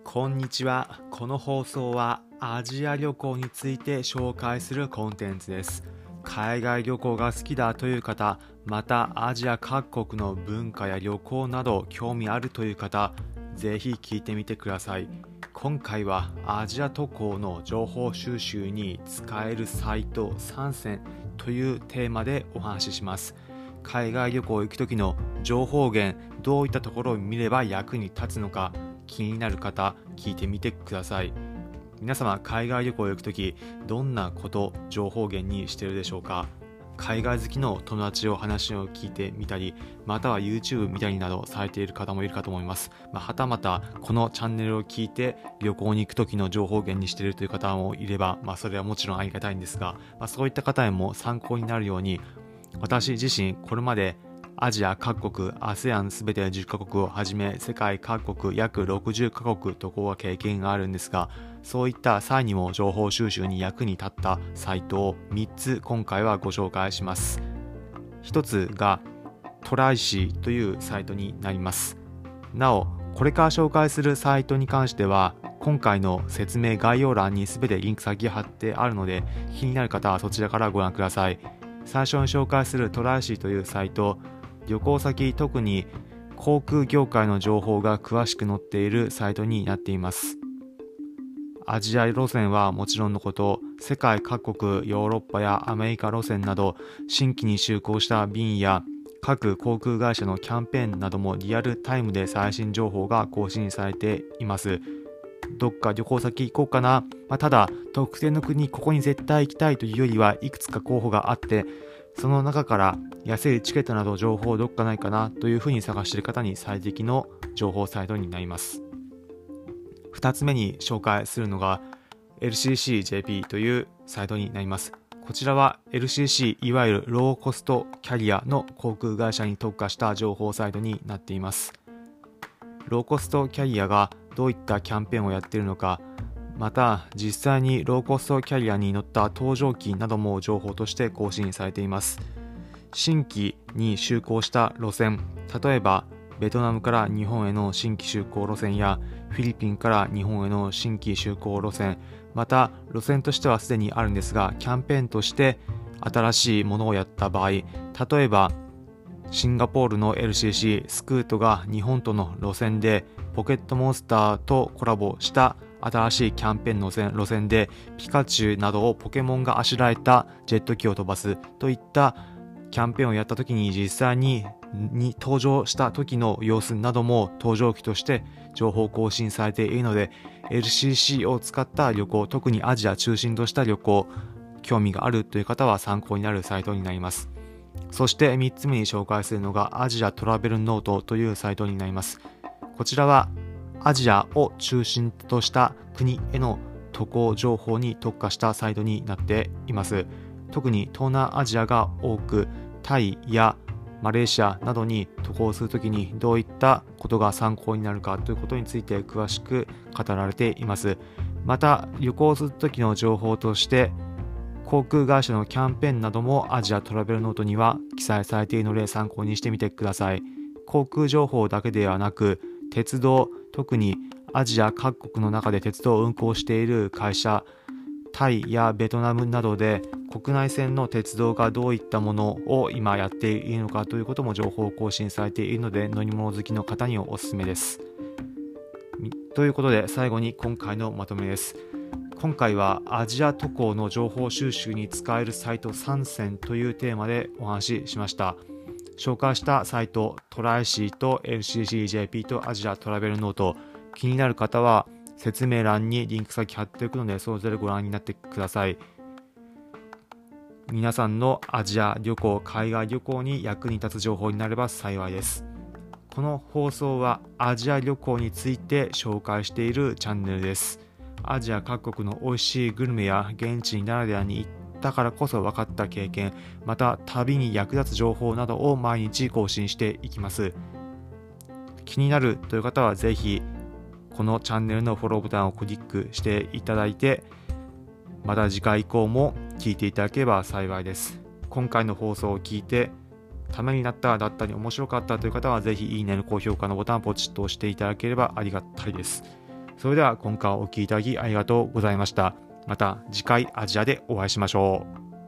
こんにちは。この放送はアジア旅行について紹介するコンテンツです。海外旅行が好きだという方、またアジア各国の文化や旅行など興味あるという方、ぜひ聞いてみてください。今回はアジア渡航の情報収集に使えるサイト3選というテーマでお話しします。海外旅行行く時の情報源、どういったところを見れば役に立つのか、気になる方聞いてみてください。皆様、海外旅行行くときどんなこと情報源にしているでしょうか。海外好きの友達を話を聞いてみたり、または YouTube 見たりなどされている方もいるかと思います。はたまたこのチャンネルを聞いて旅行に行く時の情報源にしているという方もいれば、それはもちろんありがたいんですが、そういった方へも参考になるように、私自身これまでアジア各国、ASEAN すべて10カ国をはじめ世界各国約60カ国渡航は経験があるんですが、そういった際にも情報収集に役に立ったサイトを3つ今回はご紹介します。1つがトライシーというサイトになります。なお、これから紹介するサイトに関しては今回の説明概要欄にすべてリンク先貼ってあるので、気になる方はそちらからご覧ください。最初に紹介するトライシーというサイト、旅行先、特に航空業界の情報が詳しく載っているサイトになっています。アジア路線はもちろんのこと、世界各国、ヨーロッパやアメリカ路線など新規に就航した便や各航空会社のキャンペーンなどもリアルタイムで最新情報が更新されています。どっか旅行先行こうかな、ただ特定の国ここに絶対行きたいというよりはいくつか候補があって、その中から安いチケットなど情報どっかないかなというふうに探している方に最適の情報サイトになります。2つ目に紹介するのが LCC-JP というサイトになります。こちらは LCC、いわゆるローコストキャリアの航空会社に特化した情報サイトになっています。ローコストキャリアがどういったキャンペーンをやっているのか、また実際にローコストキャリアに乗った搭乗機なども情報として更新されています。新規に就航した路線、例えばベトナムから日本への新規就航路線やフィリピンから日本への新規就航路線、また路線としてはすでにあるんですが、キャンペーンとして新しいものをやった場合、例えばシンガポールの LCC スクートが日本との路線でポケットモンスターとコラボした新しいキャンペーンの路線でピカチュウなどをポケモンがあしらえたジェット機を飛ばすといったキャンペーンをやった時に実際に登場した時の様子なども搭乗機として情報更新されているので、 LCC を使った旅行、特にアジア中心とした旅行、興味があるという方は参考になるサイトになります。そして3つ目に紹介するのがアジアトラベルノートというサイトになります。こちらはアジアを中心とした国への渡航情報に特化したサイトになっています。特に東南アジアが多く、タイやマレーシアなどに渡航するときにどういったことが参考になるかということについて詳しく語られています。また旅行するときの情報として航空会社のキャンペーンなどもアジアトラベルノートには記載されているので参考にしてみてください。航空情報だけではなく、鉄道、特にアジア各国の中で鉄道を運行している会社、タイやベトナムなどで国内線の鉄道がどういったものを今やっているのかということも情報更新されているので、乗り物好きの方におすすめです。ということで最後に今回のまとめです。今回はアジア渡航の情報収集に使えるサイト3選というテーマでお話ししました。紹介したサイト、トライシーと LCC-JP とアジアトラベルノート、気になる方は説明欄にリンク先貼っておくので、それぞれご覧になってください。皆さんのアジア旅行、海外旅行に役に立つ情報になれば幸いです。この放送はアジア旅行について紹介しているチャンネルです。アジア各国の美味しいグルメや現地ならではに行ったからこそ分かった経験、また旅に役立つ情報などを毎日更新していきます。気になるという方はぜひこのチャンネルのフォローボタンをクリックしていただいて、また次回以降も聞いていただければ幸いです。今回の放送を聞いてためになっただったり面白かったという方はぜひいいねの高評価のボタンをポチッと押していただければありがたいです。 それでは今回お聞きいただきありがとうございました。また次回アジアでお会いしましょう。